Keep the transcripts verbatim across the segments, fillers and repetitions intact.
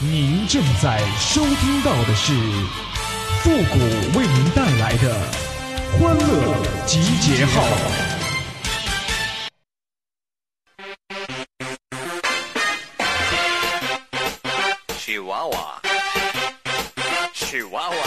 您正在收听到的是复古为您带来的欢乐集结号。 喜娃娃，喜娃娃，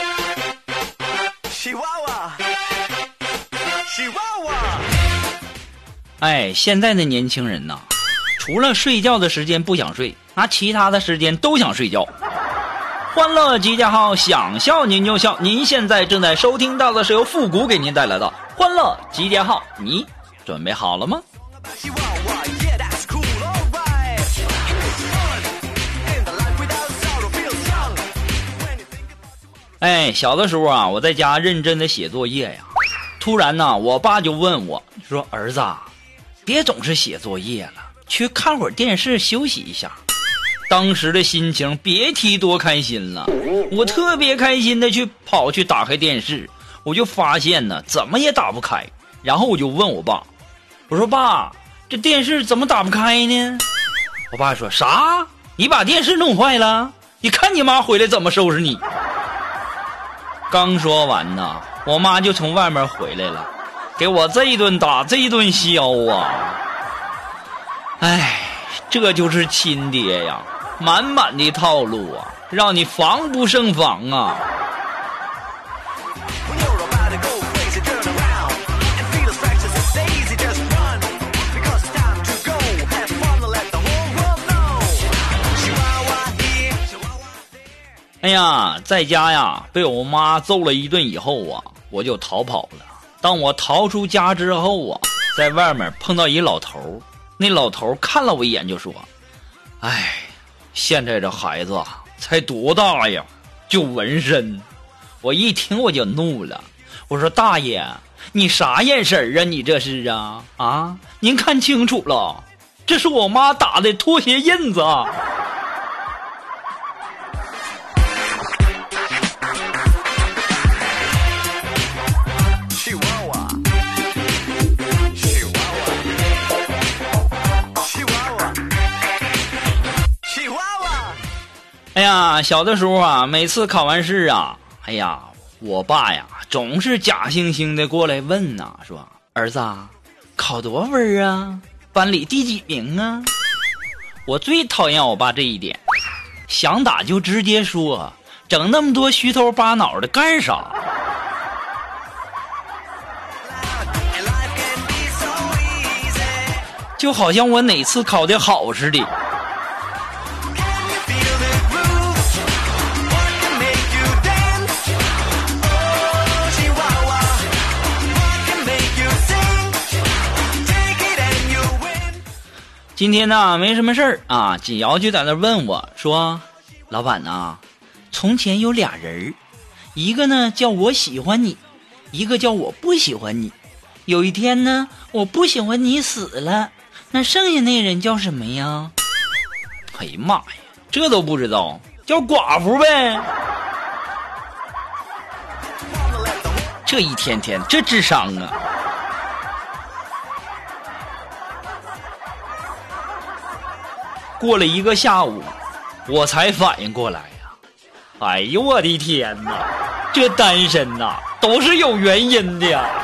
喜娃娃，喜娃娃。 哎，现在的年轻人呐，除了睡觉的时间不想睡，那其他的时间都想睡觉。欢乐集结号，想笑您就笑。您现在正在收听到的是由复古给您带来的欢乐集结号，你准备好了吗？哎，小的时候啊，我在家认真的写作业呀，突然呢，我爸就问我说：“儿子，别总是写作业了，去看会儿电视休息一下。”当时的心情别提多开心了，我特别开心的去跑去打开电视，我就发现呢，怎么也打不开。然后我就问我爸，我说：“爸，这电视怎么打不开呢？”我爸说：“啥？你把电视弄坏了？你看你妈回来怎么收拾你？”刚说完呢，我妈就从外面回来了，给我这一顿打，这一顿削啊！哎，这就是亲爹呀，满满的套路啊，让你防不胜防啊！哎呀，在家呀被我妈揍了一顿以后啊，我就逃跑了。当我逃出家之后啊，在外面碰到一老头，那老头看了我一眼就说：“哎，现在这孩子啊才多大呀，就纹身。”我一听我就怒了，我说：“大爷，你啥眼神啊？你这是啊啊？您看清楚了，这是我妈打的拖鞋印子啊！”哎呀，小的时候啊，每次考完试啊，哎呀，我爸呀总是假惺惺的过来问呐、啊，说：“儿子，考多少分啊？班里第几名啊？”我最讨厌我爸这一点，想打就直接说，整那么多虚头巴脑的干啥？就好像我哪次考得好似的。今天呢没什么事儿啊，锦瑶就在那问我说：“老板啊，从前有俩人，一个呢叫我喜欢你，一个叫我不喜欢你。有一天呢，我不喜欢你死了，那剩下那人叫什么呀？”哎呀妈呀，这都不知道，叫寡妇呗。这一天天这智商啊！过了一个下午，我才反应过来呀！哎呦我的天哪，这单身呐都是有原因的呀！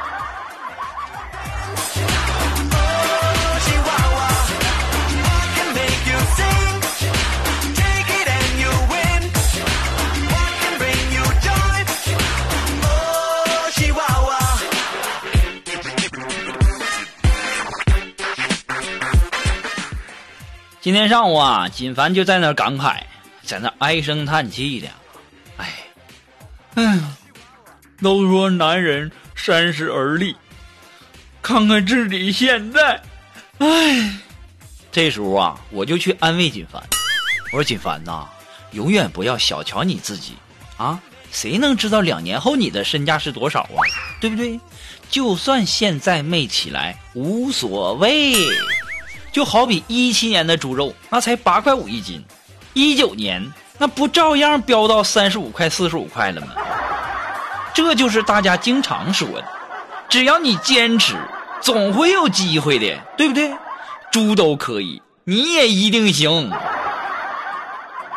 今天上午啊，锦凡就在那儿感慨，在那儿唉声叹气的。哎，嗯，都说男人三十而立，看看自己现在，哎。这时候啊，我就去安慰锦凡，我说：“锦凡呐，永远不要小瞧你自己啊！谁能知道两年后你的身价是多少啊？对不对？就算现在没起来，无所谓。”就好比一七年的猪肉，那才八块五一斤，一九年那不照样飙到三十五块、四十五块了吗？这就是大家经常说的，只要你坚持，总会有机会的，对不对？猪都可以，你也一定行。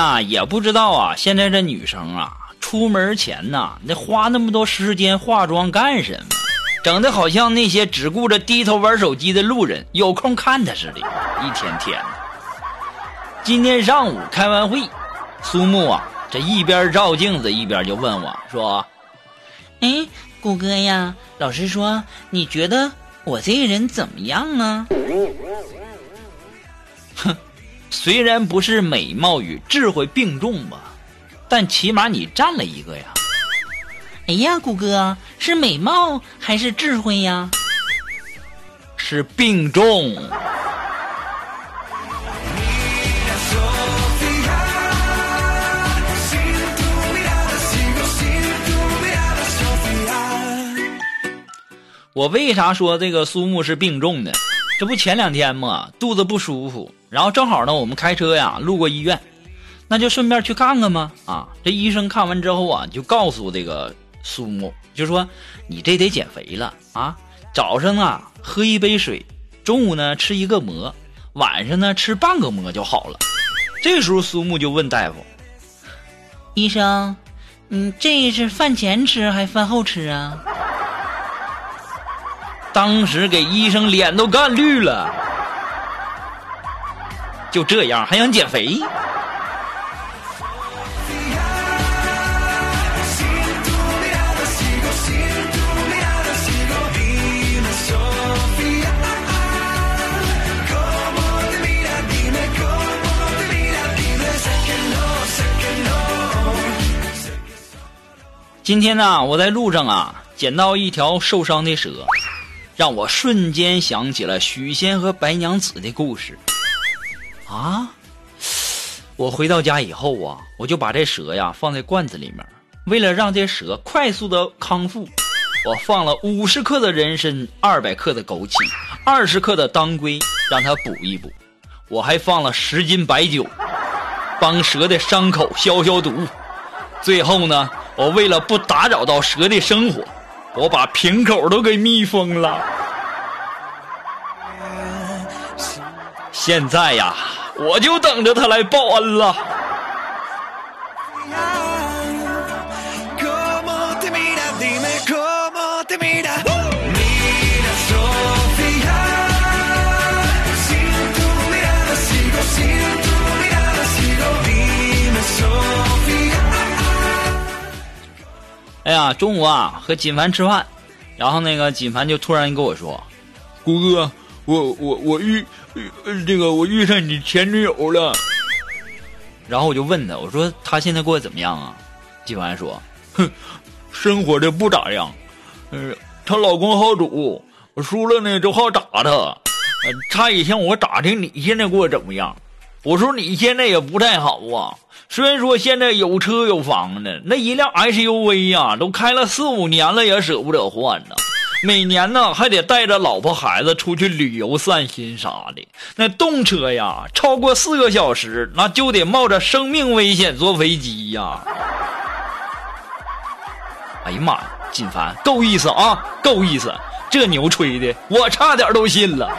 呀，也不知道啊，现在这女生啊，出门前呐，得花那么多时间化妆干什么？整得好像那些只顾着低头玩手机的路人有空看她似的，一天天的。今天上午开完会，苏木啊，这一边照镜子一边就问我说：“ 哎，谷歌呀，老师说你觉得我这个人怎么样啊？” 哼，虽然不是美貌与智慧并重吧，但起码你占了一个呀。 哎呀，谷歌，是美貌还是智慧呀？ 是并重。我为啥说这个苏木是病重的？这不前两天嘛，肚子不舒服，然后正好呢，我们开车呀路过医院，那就顺便去看看嘛。啊，这医生看完之后啊，就告诉这个苏木，就说你这得减肥了啊，早上啊喝一杯水，中午呢吃一个馍，晚上呢吃半个馍就好了。这时候苏木就问大夫：“ 医生，嗯，这是饭前吃还饭后吃啊？” 当时给医生脸都干绿了，就这样还想减肥？今天呢，我在路上啊捡到一条受伤的蛇，让我瞬间想起了许仙和白娘子的故事啊！我回到家以后啊，我就把这蛇呀放在罐子里面，为了让这蛇快速的康复，我放了五十克的人参，二百克的枸杞，二十克的当归，让它补一补。我还放了十斤白酒，帮蛇的伤口消消毒。最后呢，我为了不打扰到蛇的生活，我把瓶口都给密封了。现在呀，我就等着他来报恩了。哎呀，中午啊和锦凡吃饭，然后那个锦凡就突然跟我说：“谷哥，我我我遇呃这个我遇上你前女友了。”然后我就问他，我说他现在过得怎么样啊？锦凡说：“哼，生活的不咋样。呃，她老公好赌，我输了呢就好打她。呃，他也向我打听你现在过得怎么样。我说你现在也不太好啊。虽然说现在有车有房的，那一辆 S U V 呀、啊，都开了四五年了，也舍不得换呢。每年呢还得带着老婆孩子出去旅游散心啥的。那动车呀，超过四个小时，那就得冒着生命危险坐飞机呀。哎呀妈呀，锦凡够意思啊，够意思！这牛吹的，我差点都信了。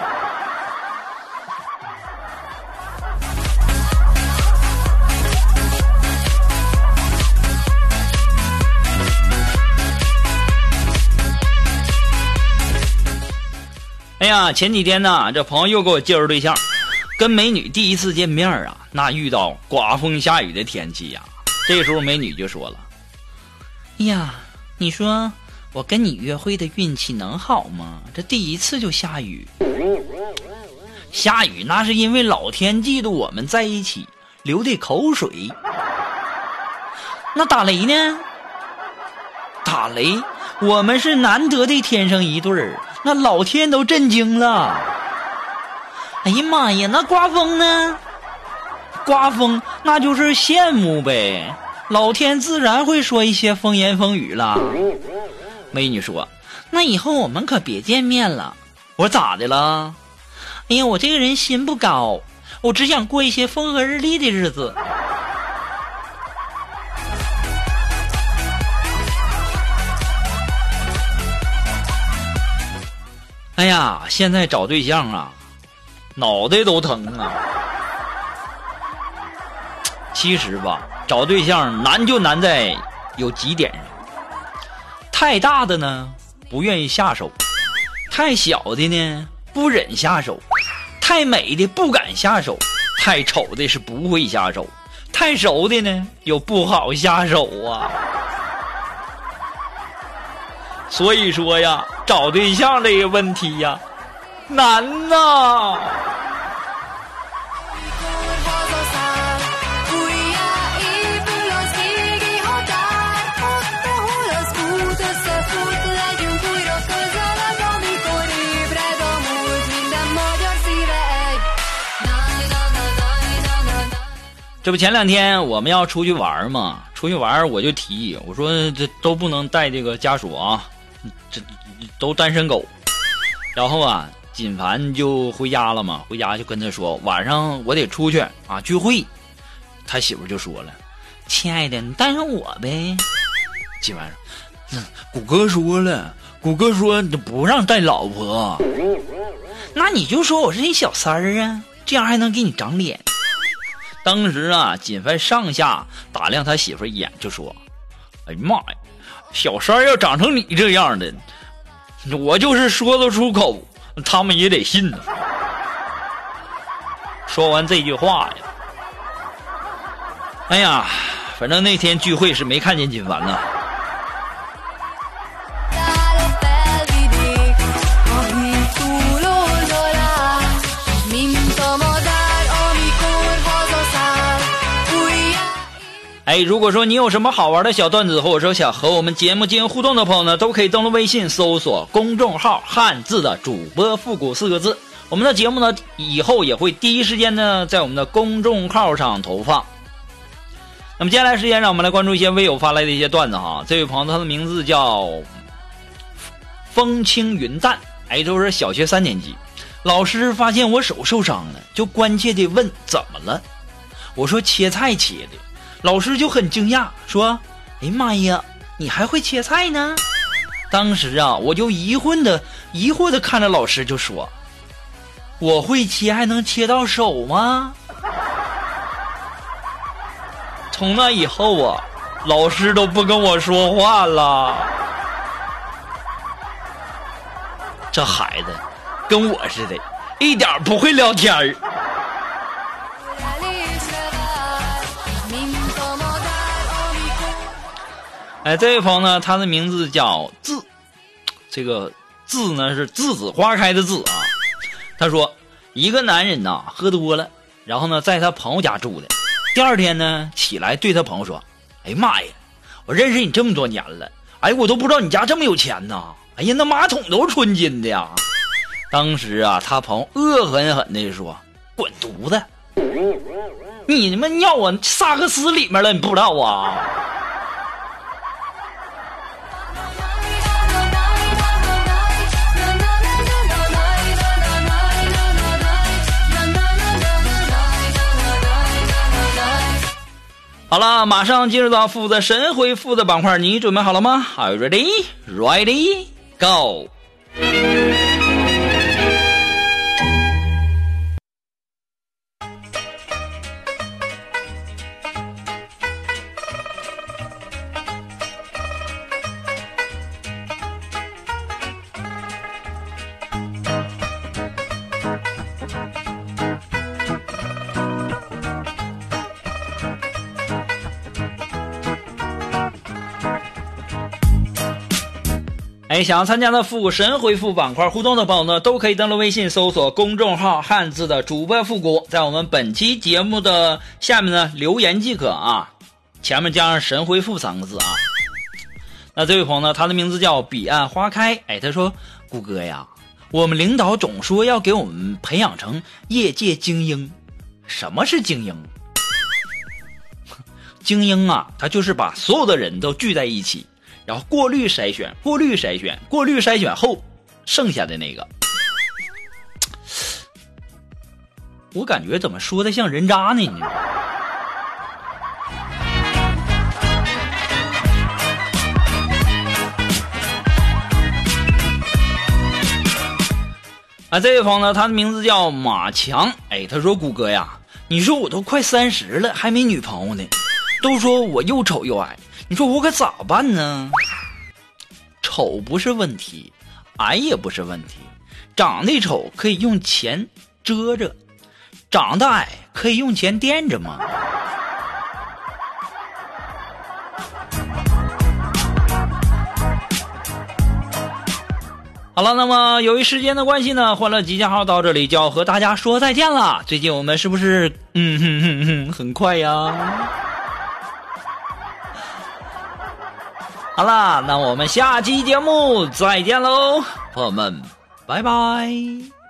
哎呀，前几天呢，这朋友又给我介绍对象，跟美女第一次见面啊，那遇到刮风下雨的天气呀、啊，这时候美女就说了：“ 哎呀，你说我跟你约会的运气能好吗？这第一次就下雨。 下雨那是因为老天嫉妒我们在一起流的口水。 那打雷呢？ 打雷，我们是难得的天生一对儿。”那老天都震惊了。 哎呀妈呀，那刮风呢？ 刮风那就是羡慕呗，老天自然会说一些风言风语了。美女说：“ 那以后我们可别见面了。” 我说：“咋的了？” 哎呀，我这个人心不高，我只想过一些风和日丽的日子。 哎呀，现在找对象啊，脑袋都疼啊！ 其实吧，找对象难就难在有几点上：太大的呢不愿意下手，太小的呢不忍下手，太美的不敢下手，太丑的是不会下手，太熟的呢又不好下手啊。所以说呀，找对象这个问题呀，难呐。这不前两天我们要出去玩嘛，出去玩我就提议，我说这都不能带这个家属啊，这都单身狗。然后啊，锦凡就回家了嘛，回家就跟他说晚上我得出去啊聚会。他媳妇就说了：“亲爱的，你带上我呗。”锦凡说：“谷歌说了，谷歌说你不让带老婆。”那你就说我是一小三儿啊，这样还能给你长脸。当时啊，锦凡上下打量他媳妇一眼，就说：“哎呀妈呀，小三要长成你这样的，我就是说得出口，他们也得信呢。”说完这句话呀，哎呀，反正那天聚会是没看见锦凡呐。哎，如果说你有什么好玩的小段子，或者说想和我们节目进行互动的朋友呢，都可以登录微信搜索公众号汉字的主播复古四个字。我们的节目呢，以后也会第一时间呢在我们的公众号上投放。那么接下来时间，让我们来关注一些微友发来的一些段子哈。这位朋友他的名字叫风轻云淡，哎，都是小学三年级。老师发现我手受伤了，就关切地问怎么了。我说切菜切的。老师就很惊讶，说：“哎妈呀，你还会切菜呢？”当时啊，我就疑惑的疑惑的看着老师，就说：“我会切，还能切到手吗？”从那以后啊，老师都不跟我说话了。这孩子跟我似的，一点不会聊天儿。哎，这位朋友呢，他的名字叫字，这个字呢是栀子花开的栀啊。他说，一个男人呐喝多了，然后呢在他朋友家住的。第二天呢起来对他朋友说：“哎呀妈呀，我认识你这么多年了，哎，我都不知道你家这么有钱呐！哎呀，那马桶都是纯金的呀！”当时啊，他朋友恶狠狠地说：“滚犊子！你他妈尿我萨克斯里面了，你不知道啊？”好了，马上进入到负责神回复的板块，你准备好了吗？ Are you ready? Ready? Go! 哎，想要参加的复古神回复板块互动的朋友呢，都可以登录微信搜索公众号汉字的主播复古，在我们本期节目的下面呢留言即可啊，前面加上神回复三个字啊。那这位朋友呢，他的名字叫彼岸花开，哎，他说：“谷歌呀，我们领导总说要给我们培养成业界精英，什么是精英？精英啊，他就是把所有的人都聚在一起。”然后过滤筛选，过滤筛选，过滤筛选后，剩下的那个，我感觉怎么说的像人渣呢？你啊，这位朋友呢，他的名字叫马强，哎，他说：“谷歌呀， 你说我都快三十了，还没女朋友呢，都说我又丑又矮，你说我可咋办呢？丑不是问题，矮也不是问题，长得丑可以用钱遮着，长得矮可以用钱垫着吗？好了，那么由于时间的关系呢，欢乐集结号到这里就要和大家说再见了。最近我们是不是嗯哼哼哼很快呀？好啦，那我们下期节目再见喽，朋友们，拜拜。